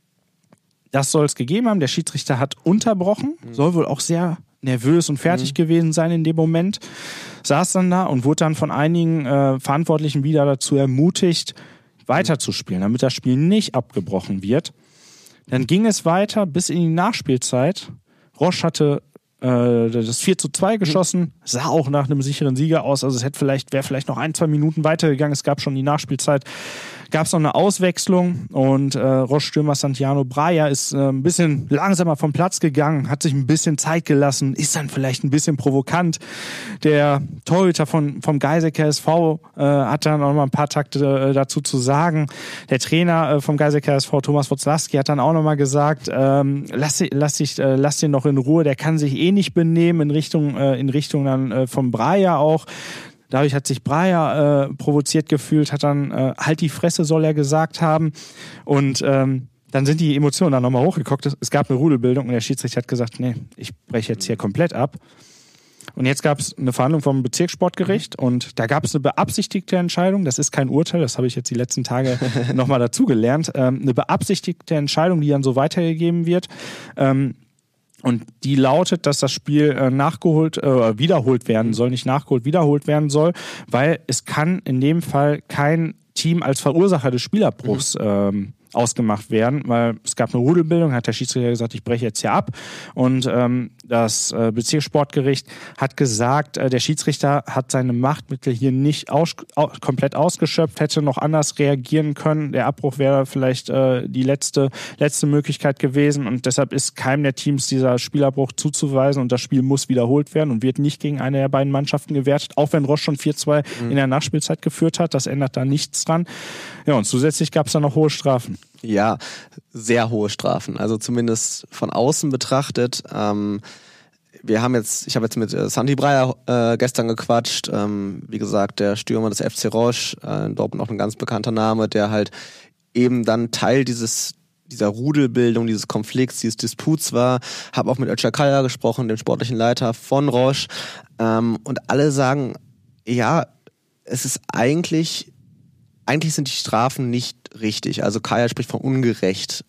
das soll es gegeben haben. Der Schiedsrichter hat unterbrochen, soll wohl auch sehr nervös und fertig gewesen sein in dem Moment. Saß dann da und wurde dann von einigen Verantwortlichen wieder dazu ermutigt, weiterzuspielen, damit das Spiel nicht abgebrochen wird. Dann ging es weiter bis in die Nachspielzeit. Roche hatte das 4:2 geschossen, sah auch nach einem sicheren Sieger aus, also es wäre vielleicht noch 1-2 Minuten weitergegangen, es gab schon die Nachspielzeit. gab es noch eine Auswechslung und Roche-Stürmer Santiano Braja ist ein bisschen langsamer vom Platz gegangen, hat sich ein bisschen Zeit gelassen, ist dann vielleicht ein bisschen provokant. Der Torhüter vom Geiseke SV hat dann auch noch mal ein paar Takte dazu zu sagen. Der Trainer vom Geiseke SV, Thomas Wrocławski, hat dann auch noch mal gesagt, lass den noch in Ruhe, der kann sich eh nicht benehmen in Richtung dann vom Braja auch. Dadurch hat sich Braja provoziert gefühlt, hat dann halt die Fresse, soll er gesagt haben. Und dann sind die Emotionen dann nochmal hochgekocht. Es gab eine Rudelbildung und der Schiedsrichter hat gesagt, nee, ich breche jetzt hier komplett ab. Und jetzt gab es eine Verhandlung vom Bezirkssportgericht und da gab es eine beabsichtigte Entscheidung. Das ist kein Urteil, das habe ich jetzt die letzten Tage nochmal dazu gelernt. Eine beabsichtigte Entscheidung, die dann so weitergegeben wird. Und die lautet, dass das Spiel wiederholt werden soll, nicht nachgeholt, wiederholt werden soll, weil es kann in dem Fall kein Team als Verursacher des Spielabbruchs ausgemacht werden, weil es gab eine Rudelbildung, hat der Schiedsrichter gesagt, ich breche jetzt hier ab und das Bezirkssportgericht hat gesagt, der Schiedsrichter hat seine Machtmittel hier nicht komplett ausgeschöpft, hätte noch anders reagieren können, der Abbruch wäre vielleicht die letzte Möglichkeit gewesen und deshalb ist keinem der Teams dieser Spielabbruch zuzuweisen und das Spiel muss wiederholt werden und wird nicht gegen eine der beiden Mannschaften gewertet, auch wenn Roche schon 4-2 in der Nachspielzeit geführt hat, das ändert da nichts dran. Ja, und zusätzlich gab es dann noch hohe Strafen. Ja, sehr hohe Strafen. Also zumindest von außen betrachtet. Ich habe jetzt mit Santi Braja gestern gequatscht. Wie gesagt, der Stürmer des FC Roche, in Dortmund auch ein ganz bekannter Name, der halt eben dann Teil dieser Rudelbildung, dieses Konflikts, dieses Disputs war. Habe auch mit Özcan Kaya gesprochen, dem sportlichen Leiter von Roche. Und alle sagen, ja, es ist eigentlich sind die Strafen nicht richtig. Also Kaya spricht von ungerecht.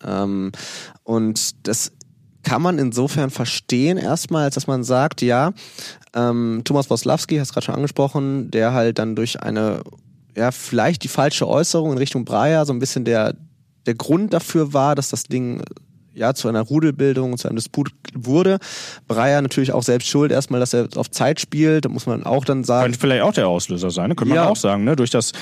Und das kann man insofern verstehen erstmal, als dass man sagt, ja, Thomas Wrocławski, hast du gerade schon angesprochen, der halt dann durch eine, ja, vielleicht die falsche Äußerung in Richtung Braja so ein bisschen der Grund dafür war, dass das Ding ja zu einer Rudelbildung, zu einem Disput wurde. Braja natürlich auch selbst schuld erstmal, dass er auf Zeit spielt, da muss man auch dann sagen. Könnte vielleicht auch der Auslöser sein, ne? Könnte man auch sagen, ne? Durch das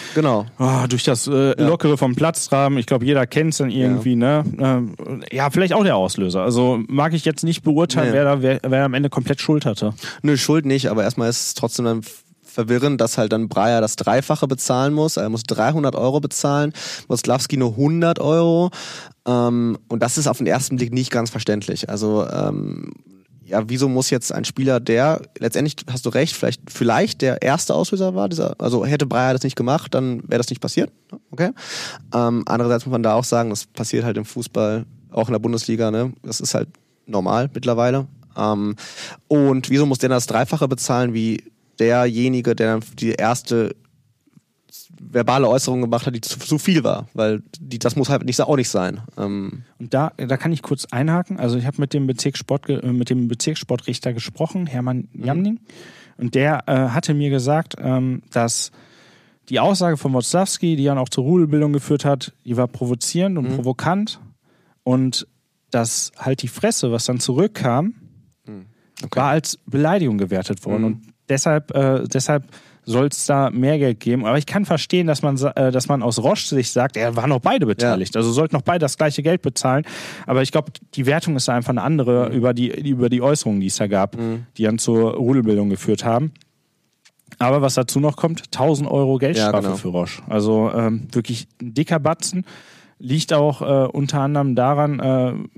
Lockere vom Platzrahmen, ich glaube, jeder kennt es dann irgendwie, ne? Ja, vielleicht auch der Auslöser. Also mag ich jetzt nicht beurteilen, wer am Ende komplett Schuld hatte. Nö, Schuld nicht, aber erstmal ist es trotzdem dann verwirrend, dass halt dann Braja das Dreifache bezahlen muss. Er muss 300 € bezahlen, Wrocławski nur 100 €. Und das ist auf den ersten Blick nicht ganz verständlich. Also wieso muss jetzt ein Spieler, der letztendlich, hast du recht, vielleicht der erste Auslöser war, also hätte Braja das nicht gemacht, dann wäre das nicht passiert. Okay. Andererseits muss man da auch sagen, das passiert halt im Fußball, auch in der Bundesliga, ne? Das ist halt normal mittlerweile. Und wieso muss der das Dreifache bezahlen wie derjenige, der dann die erste verbale Äußerung gemacht hat, die zu viel war, weil das muss halt auch nicht sein. Und da kann ich kurz einhaken. Also ich habe mit dem Bezirkssportrichter gesprochen, Hermann Jamning, und der hatte mir gesagt, dass die Aussage von Wrocławski, die dann auch zur Rudelbildung geführt hat, die war provozierend und provokant und das halt die Fresse, was dann zurückkam, war als Beleidigung gewertet worden und deshalb soll es da mehr Geld geben. Aber ich kann verstehen, dass man aus Roche-Sicht sagt, waren noch beide beteiligt. Ja. Also sollten noch beide das gleiche Geld bezahlen. Aber ich glaube, die Wertung ist da einfach eine andere über die Äußerungen, die es da gab, die dann zur Rudelbildung geführt haben. Aber was dazu noch kommt, 1.000 € Geldstrafe für Roche. Also wirklich ein dicker Batzen. Liegt auch unter anderem daran,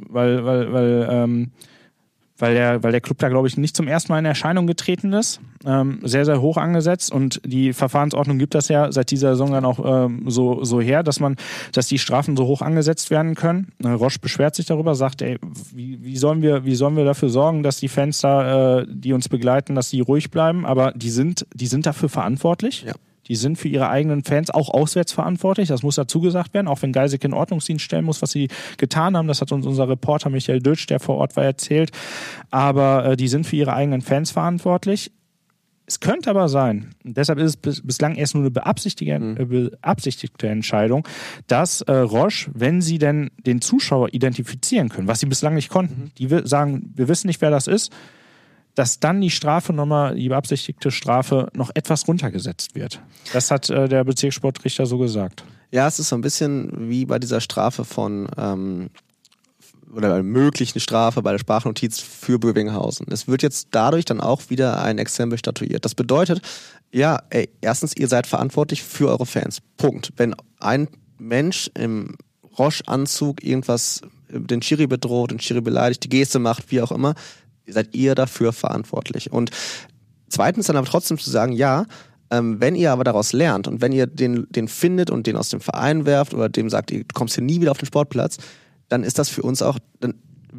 weil der Club da, glaube ich, nicht zum ersten Mal in Erscheinung getreten ist. Sehr, sehr hoch angesetzt und die Verfahrensordnung gibt das ja seit dieser Saison dann auch so her, dass die Strafen so hoch angesetzt werden können. Roche beschwert sich darüber, sagt, wie sollen wir dafür sorgen, dass die Fans da, die uns begleiten, dass die ruhig bleiben, aber die sind dafür verantwortlich. Ja. Die sind für ihre eigenen Fans auch auswärts verantwortlich. Das muss dazu gesagt werden, auch wenn Geiseke in Ordnungsdienst stellen muss, was sie getan haben. Das hat uns unser Reporter Michael Dötsch, der vor Ort war, erzählt. Aber die sind für ihre eigenen Fans verantwortlich. Es könnte aber sein, und deshalb ist es bislang erst nur eine beabsichtigte Entscheidung, dass Roche, wenn sie denn den Zuschauer identifizieren können, was sie bislang nicht konnten, die sagen, wir wissen nicht, wer das ist, dass dann die beabsichtigte Strafe noch etwas runtergesetzt wird. Das hat der Bezirkssportrichter so gesagt. Ja, es ist so ein bisschen wie bei dieser Strafe von oder bei möglichen Strafe bei der Sprachnotiz für Bövinghausen. Es wird jetzt dadurch dann auch wieder ein Exempel statuiert. Das bedeutet, ja, erstens, ihr seid verantwortlich für eure Fans. Punkt. Wenn ein Mensch im Roche-Anzug irgendwas, den Schiri bedroht, den Schiri beleidigt, die Geste macht, wie auch immer, seid ihr dafür verantwortlich. Und zweitens dann aber trotzdem zu sagen, ja, wenn ihr aber daraus lernt und wenn ihr den findet und den aus dem Verein werft oder dem sagt, du kommst hier nie wieder auf den Sportplatz, dann ist das für uns auch, dann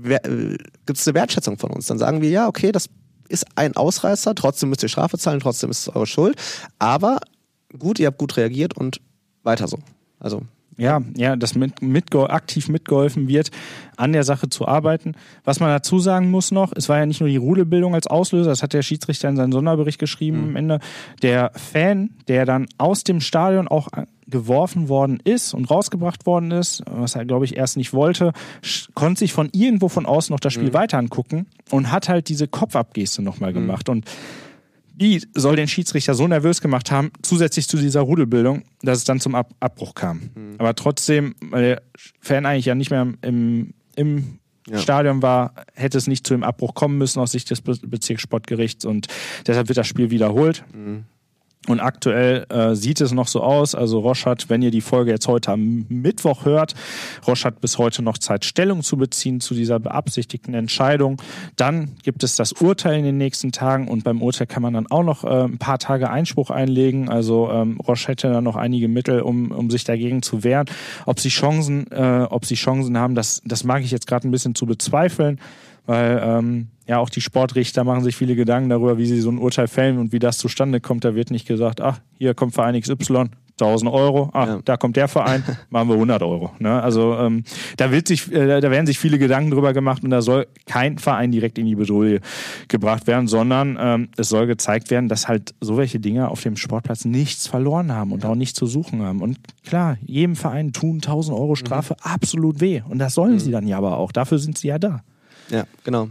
gibt es eine Wertschätzung von uns. Dann sagen wir, ja, okay, das ist ein Ausreißer, trotzdem müsst ihr Strafe zahlen, trotzdem ist es eure Schuld. Aber gut, ihr habt gut reagiert und weiter so. Also Ja, dass aktiv mitgeholfen wird, an der Sache zu arbeiten. Was man dazu sagen muss noch, es war ja nicht nur die Rudelbildung als Auslöser, das hat der Schiedsrichter in seinem Sonderbericht geschrieben am Ende. Der Fan, der dann aus dem Stadion auch geworfen worden ist und rausgebracht worden ist, was er, glaube ich, erst nicht wollte, konnte sich von irgendwo von außen noch das Spiel weiter angucken und hat halt diese Kopfabgeste nochmal gemacht. Und die soll den Schiedsrichter so nervös gemacht haben, zusätzlich zu dieser Rudelbildung, dass es dann zum Abbruch kam. Aber trotzdem, weil der Fan eigentlich ja nicht mehr im Stadion war, hätte es nicht zu dem Abbruch kommen müssen aus Sicht des Bezirkssportgerichts und deshalb wird das Spiel wiederholt. Und aktuell sieht es noch so aus, also Roche hat, wenn ihr die Folge jetzt heute am Mittwoch hört, Roche hat bis heute noch Zeit, Stellung zu beziehen zu dieser beabsichtigten Entscheidung. Dann gibt es das Urteil in den nächsten Tagen und beim Urteil kann man dann auch noch ein paar Tage Einspruch einlegen. Also Roche hätte dann noch einige Mittel, um sich dagegen zu wehren. Ob sie Chancen haben, das mag ich jetzt gerade ein bisschen zu bezweifeln. Weil auch die Sportrichter machen sich viele Gedanken darüber, wie sie so ein Urteil fällen und wie das zustande kommt. Da wird nicht gesagt, hier kommt Verein XY, 1.000 Euro, da kommt der Verein, machen wir 100 Euro. Ne? Also da werden sich viele Gedanken drüber gemacht und da soll kein Verein direkt in die Bredouille gebracht werden, sondern es soll gezeigt werden, dass halt so welche Dinge auf dem Sportplatz nichts verloren haben und auch nichts zu suchen haben. Und klar, jedem Verein tun 1.000 Euro Strafe absolut weh und das sollen sie dann ja aber auch. Dafür sind sie ja da. Ja, genau.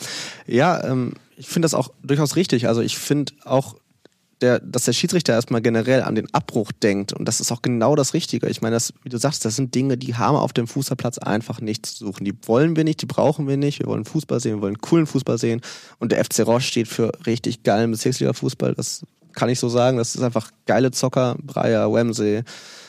Ja, ich finde das auch durchaus richtig. Also ich finde auch, dass der Schiedsrichter erstmal generell an den Abbruch denkt und das ist auch genau das Richtige. Ich meine, wie du sagst, das sind Dinge, die haben auf dem Fußballplatz einfach nichts zu suchen. Die wollen wir nicht, die brauchen wir nicht. Wir wollen Fußball sehen, wir wollen coolen Fußball sehen und der FC Roche steht für richtig geilen Bezirksliga-Fußball. Das kann ich so sagen. Das ist einfach geile Zocker, Breyer, Wemsey,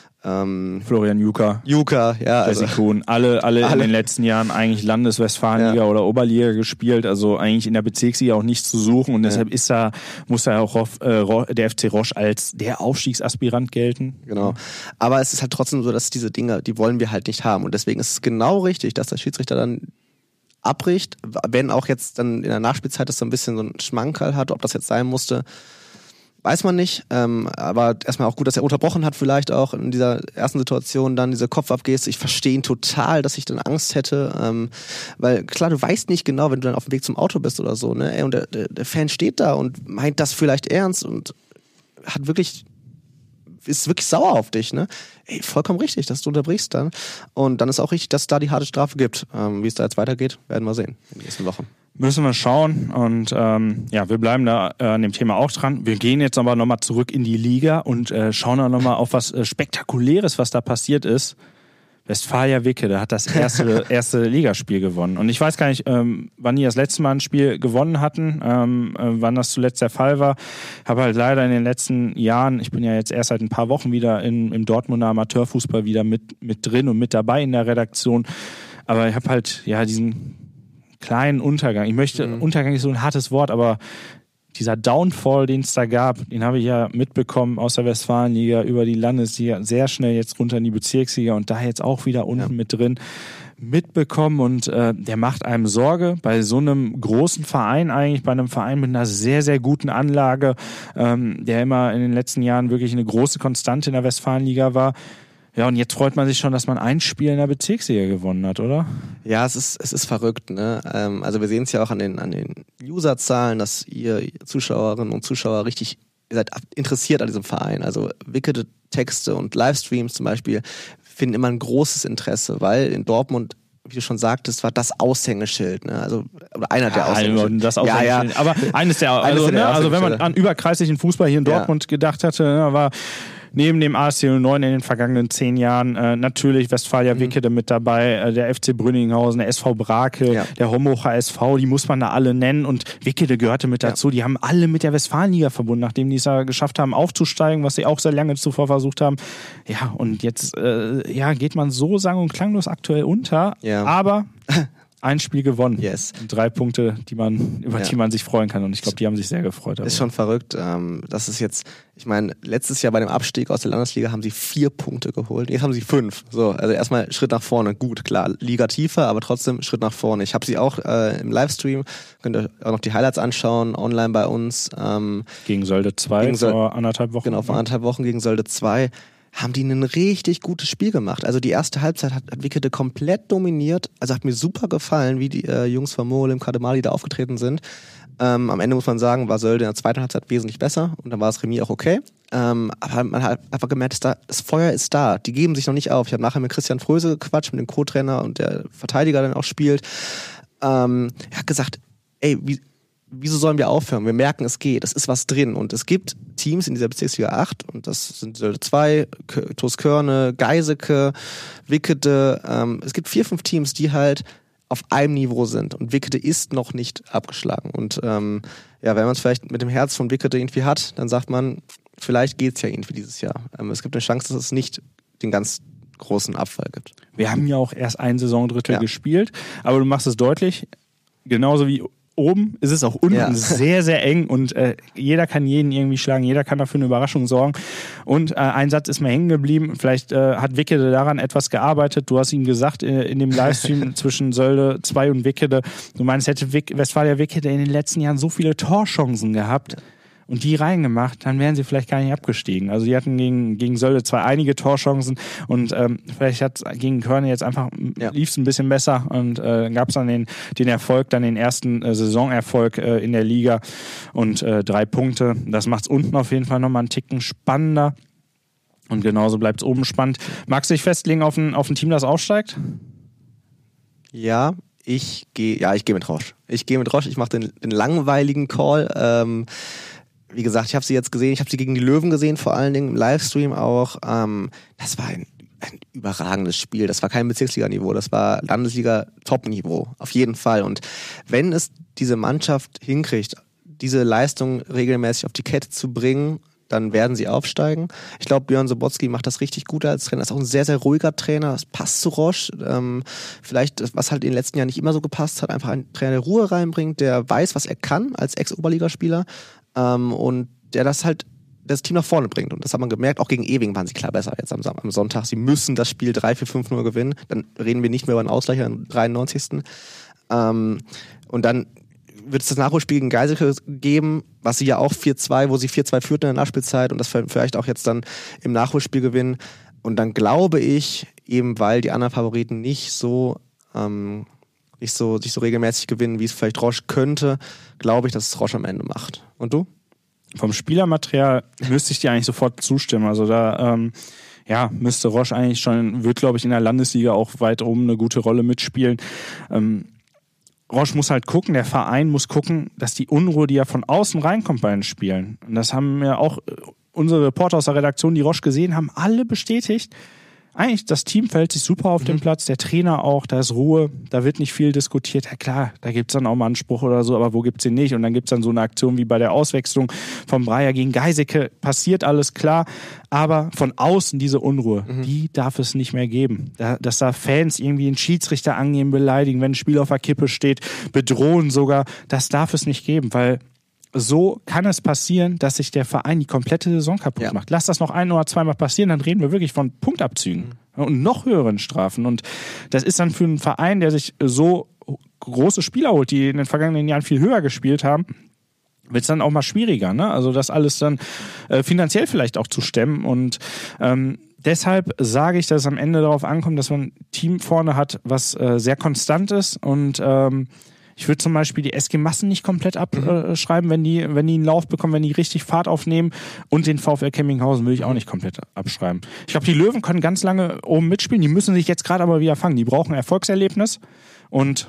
Florian Juka, ja, Jesse Kuhn, alle in den letzten Jahren eigentlich Landeswestfalenliga oder Oberliga gespielt, also eigentlich in der Bezirksliga auch nichts zu suchen und deshalb muss da auch der FC Roche als der Aufstiegsaspirant gelten. Genau, aber es ist halt trotzdem so, dass diese Dinge, die wollen wir halt nicht haben und deswegen ist es genau richtig, dass der Schiedsrichter dann abbricht, wenn auch jetzt dann in der Nachspielzeit das so ein bisschen so ein Schmankerl hat, ob das jetzt sein musste. Weiß man nicht, aber erstmal auch gut, dass er unterbrochen hat vielleicht auch in dieser ersten Situation dann diese Kopfabgeste. Ich verstehe ihn total, dass ich dann Angst hätte, weil klar, du weißt nicht genau, wenn du dann auf dem Weg zum Auto bist oder so, ne? Und der Fan steht da und meint das vielleicht ernst und ist wirklich sauer auf dich, ne? Vollkommen richtig, dass du unterbrichst dann. Und dann ist auch richtig, dass es da die harte Strafe gibt. Wie es da jetzt weitergeht, werden wir sehen in den nächsten Wochen. Müssen wir schauen und wir bleiben da an dem Thema auch dran. Wir gehen jetzt aber nochmal zurück in die Liga und schauen auch nochmal auf was Spektakuläres, was da passiert ist. Westfalia Wicke, da hat das erste Ligaspiel gewonnen. Und ich weiß gar nicht, wann die das letzte Mal ein Spiel gewonnen hatten, wann das zuletzt der Fall war. Habe halt leider in den letzten Jahren, ich bin ja jetzt erst seit ein paar Wochen wieder im Dortmunder Amateurfußball wieder mit drin und mit dabei in der Redaktion. Aber ich habe halt diesen kleinen Untergang. Untergang ist so ein hartes Wort, aber dieser Downfall, den es da gab, den habe ich ja mitbekommen aus der Westfalenliga über die Landesliga, sehr schnell jetzt runter in die Bezirksliga und da jetzt auch wieder unten mit drin mitbekommen und der macht einem Sorge bei so einem großen Verein eigentlich, bei einem Verein mit einer sehr, sehr guten Anlage, der immer in den letzten Jahren wirklich eine große Konstante in der Westfalenliga war. Ja, und jetzt freut man sich schon, dass man ein Spiel in der Bezirksliga gewonnen hat, oder? Ja, es ist verrückt, ne? Also wir sehen es ja auch an den Userzahlen, dass ihr Zuschauerinnen und Zuschauer ihr seid interessiert an diesem Verein. Also wickede Texte und Livestreams zum Beispiel finden immer ein großes Interesse, weil in Dortmund, wie du schon sagtest, war das Aushängeschild, ne? Also einer der Aushängeschild. Das Aushängeschild. Aber eines der, also wenn man an überkreislichen Fußball hier in Dortmund gedacht hatte, war neben dem ASC 09 in den vergangenen 10 Jahren natürlich Westfalia Wickede mit dabei, der FC Brünninghausen, der SV Brakel, der Homburger SV, die muss man da alle nennen und Wickede gehörte mit dazu. Die haben alle mit der Westfalenliga verbunden, nachdem die es ja geschafft haben aufzusteigen, was sie auch sehr lange zuvor versucht haben. Ja, und jetzt geht man so sang- und klanglos aktuell unter, aber ein Spiel gewonnen. 3 Punkte, über die man sich freuen kann. Und ich glaube, die haben sich sehr gefreut. Ist schon verrückt. Das ist jetzt, ich meine, letztes Jahr bei dem Abstieg aus der Landesliga haben sie 4 Punkte geholt. Jetzt haben sie 5. So, also erstmal Schritt nach vorne. Gut, klar, Liga tiefer, aber trotzdem Schritt nach vorne. Ich habe sie auch im Livestream, könnt ihr auch noch die Highlights anschauen, online bei uns. Gegen Sölde 2 vor 1,5 Wochen. Genau, vor 1,5 Wochen gegen Sölde 2. Haben die ein richtig gutes Spiel gemacht. Also die erste Halbzeit hat Wickede komplett dominiert. Also hat mir super gefallen, wie die Jungs von Molim Kademali da aufgetreten sind. Am Ende muss man sagen, war Sölde in der zweiten Halbzeit wesentlich besser und dann war das Remis auch okay. Aber man hat einfach gemerkt, das Feuer ist da. Die geben sich noch nicht auf. Ich habe nachher mit Christian Fröse gequatscht, mit dem Co-Trainer und der Verteidiger dann auch spielt. Er hat gesagt, ey, wieso sollen wir aufhören? Wir merken, es geht, es ist was drin. Und es gibt Teams in dieser Bezirksliga 8, und das sind Sölde 2, TuS Körne, Geiseke, Wickede. Es gibt 4, 5 Teams, die halt auf einem Niveau sind. Und Wickede ist noch nicht abgeschlagen. Und wenn man es vielleicht mit dem Herz von Wickede irgendwie hat, dann sagt man, vielleicht geht es ja irgendwie dieses Jahr. Es gibt eine Chance, dass es nicht den ganz großen Abfall gibt. Wir haben ja auch erst ein Saisondrittel gespielt, aber du machst es deutlich, genauso wie oben ist es auch unten sehr, sehr eng und jeder kann jeden irgendwie schlagen, jeder kann dafür eine Überraschung sorgen. Und ein Satz ist mir hängen geblieben, vielleicht hat Wickede daran etwas gearbeitet. Du hast ihm gesagt in dem Livestream zwischen Sölde 2 und Wickede, du meinst, hätte Westfalia Wickede in den letzten Jahren so viele Torchancen gehabt und die reingemacht, dann wären sie vielleicht gar nicht abgestiegen. Also die hatten gegen Sölde 2 einige Torchancen und vielleicht hat gegen Körne jetzt einfach lief es ein bisschen besser und gab es dann den Erfolg, dann den ersten Saisonerfolg in der Liga und 3 Punkte. Das macht es unten auf jeden Fall nochmal einen Ticken spannender und genauso bleibt es oben spannend. Magst du dich festlegen auf ein Team, das aufsteigt? Ja, ich gehe mit Roche. Ich mache den langweiligen Call. Wie gesagt, ich habe sie jetzt gesehen, ich habe sie gegen die Löwen gesehen, vor allen Dingen im Livestream auch. Das war ein überragendes Spiel. Das war kein Bezirksliga-Niveau, das war Landesliga-Top-Niveau, auf jeden Fall. Und wenn es diese Mannschaft hinkriegt, diese Leistung regelmäßig auf die Kette zu bringen, dann werden sie aufsteigen. Ich glaube, Björn Sobotzky macht das richtig gut als Trainer. Ist auch ein sehr, sehr ruhiger Trainer. Das passt zu Roche. Vielleicht, was halt in den letzten Jahren nicht immer so gepasst hat, einfach ein Trainer, der Ruhe reinbringt, der weiß, was er kann als Ex-Oberligaspieler. Und der das Team nach vorne bringt. Und das hat man gemerkt, auch gegen Ewing waren sie klar besser jetzt am Sonntag. Sie müssen das Spiel 3-4-5-0 gewinnen. Dann reden wir nicht mehr über einen Ausgleich am 93. Und dann wird es das Nachholspiel gegen Geiseke geben, was sie ja auch 4-2, wo sie 4-2 führten in der Nachspielzeit und das vielleicht auch jetzt dann im Nachholspiel gewinnen. Und dann glaube ich, eben weil die anderen Favoriten nicht so regelmäßig gewinnen, wie es vielleicht Roche könnte, glaube ich, dass es Roche am Ende macht. Und du? Vom Spielermaterial müsste ich dir eigentlich sofort zustimmen. Also da müsste Roche eigentlich wird glaube ich in der Landesliga auch weit oben eine gute Rolle mitspielen. Roche muss halt gucken, der Verein muss gucken, dass die Unruhe, die ja von außen reinkommt bei den Spielen, und das haben ja auch unsere Reporter aus der Redaktion, die Roche gesehen haben, alle bestätigt. Eigentlich, das Team verhält sich super auf dem Platz, der Trainer auch, da ist Ruhe, da wird nicht viel diskutiert. Ja klar, da gibt's dann auch mal einen Spruch oder so, aber wo gibt's den nicht? Und dann gibt's dann so eine Aktion wie bei der Auswechslung vom Breyer gegen Geiseke, passiert alles klar, aber von außen diese Unruhe, die darf es nicht mehr geben. Dass da Fans irgendwie einen Schiedsrichter angehen, beleidigen, wenn ein Spiel auf der Kippe steht, bedrohen sogar, das darf es nicht geben, weil so kann es passieren, dass sich der Verein die komplette Saison kaputt macht. Lass das noch 1 oder 2 Mal passieren, dann reden wir wirklich von Punktabzügen und noch höheren Strafen. Und das ist dann für einen Verein, der sich so große Spieler holt, die in den vergangenen Jahren viel höher gespielt haben, wird es dann auch mal schwieriger, ne? Also das alles dann finanziell vielleicht auch zu stemmen. Und deshalb sage ich, dass es am Ende darauf ankommt, dass man ein Team vorne hat, was sehr konstant ist und ich würde zum Beispiel die SG Massen nicht komplett abschreiben, wenn die einen Lauf bekommen, wenn die richtig Fahrt aufnehmen. Und den VfL Kemminghausen will ich auch nicht komplett abschreiben. Ich glaube, die Löwen können ganz lange oben mitspielen. Die müssen sich jetzt gerade aber wieder fangen. Die brauchen ein Erfolgserlebnis. Und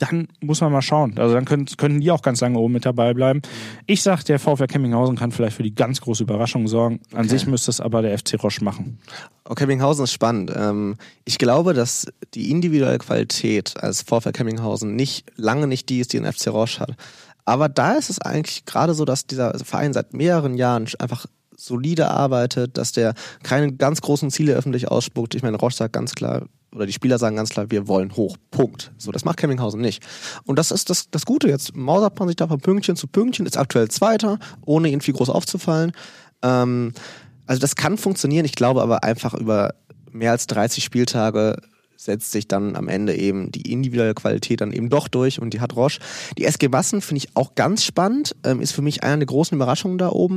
dann muss man mal schauen. Also dann können die auch ganz lange oben mit dabei bleiben. Ich sag, der VfR Kemminghausen kann vielleicht für die ganz große Überraschung sorgen. An sich müsste es aber der FC Roche machen. Okay, Kemminghausen ist spannend. Ich glaube, dass die individuelle Qualität als VfR Kemminghausen lange nicht die ist, die ein FC Roche hat. Aber da ist es eigentlich gerade so, dass dieser Verein seit mehreren Jahren einfach solide arbeitet, dass der keine ganz großen Ziele öffentlich ausspuckt. Ich meine, Roche sagt ganz klar, oder die Spieler sagen ganz klar, wir wollen hoch. Punkt. So, das macht Kemminghausen nicht. Und das ist das Gute. Jetzt mausert man sich da von Pünktchen zu Pünktchen, ist aktuell Zweiter, ohne irgendwie groß aufzufallen. Also das kann funktionieren. Ich glaube aber einfach über mehr als 30 Spieltage setzt sich dann am Ende eben die individuelle Qualität dann eben doch durch und die hat Roche. Die SG Bassen finde ich auch ganz spannend, ist für mich eine der großen Überraschungen da oben.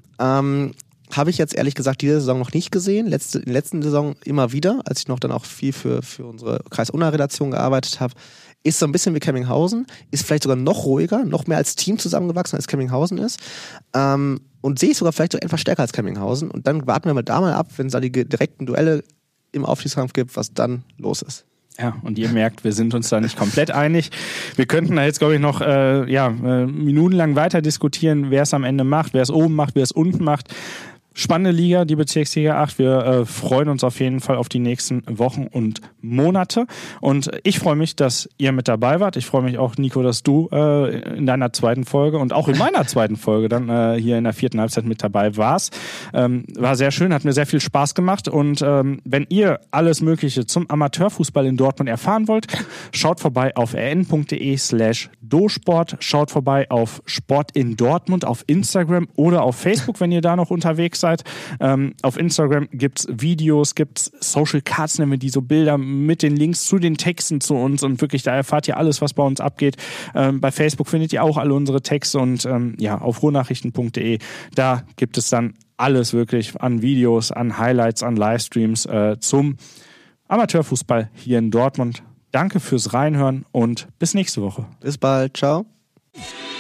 Habe ich jetzt ehrlich gesagt diese Saison noch nicht gesehen. In der letzten Saison immer wieder, als ich noch dann auch viel für unsere Kreis-Unna-Redaktion gearbeitet habe. Ist so ein bisschen wie Kemminghausen, ist vielleicht sogar noch ruhiger, noch mehr als Team zusammengewachsen, als Kemminghausen ist. Und sehe ich sogar vielleicht so etwas stärker als Kemminghausen. Und dann warten wir da mal ab, wenn es da die direkten Duelle im Aufstiegskampf gibt, was dann los ist. Ja, und ihr merkt, wir sind uns da nicht komplett einig. Wir könnten da jetzt, glaube ich, noch minutenlang weiter diskutieren, wer es am Ende macht, wer es oben macht, wer es unten macht. Spannende Liga, die Bezirksliga 8. Wir freuen uns auf jeden Fall auf die nächsten Wochen und Monate. Und ich freue mich, dass ihr mit dabei wart. Ich freue mich auch, Nico, dass du in deiner zweiten Folge und auch in meiner zweiten Folge dann hier in der 4. Halbzeit mit dabei warst. War sehr schön, hat mir sehr viel Spaß gemacht. Und wenn ihr alles Mögliche zum Amateurfußball in Dortmund erfahren wollt, schaut vorbei auf rn.de/dosport. Schaut vorbei auf Sport in Dortmund auf Instagram oder auf Facebook, wenn ihr da noch unterwegs seid. Auf Instagram gibt's Videos, gibt's Social Cards, nennen wir die, so Bilder mit den Links zu den Texten zu uns und wirklich, da erfahrt ihr alles, was bei uns abgeht. Bei Facebook findet ihr auch alle unsere Texte und auf ruhrnachrichten.de, da gibt es dann alles wirklich an Videos, an Highlights, an Livestreams zum Amateurfußball hier in Dortmund. Danke fürs Reinhören und bis nächste Woche. Bis bald, ciao.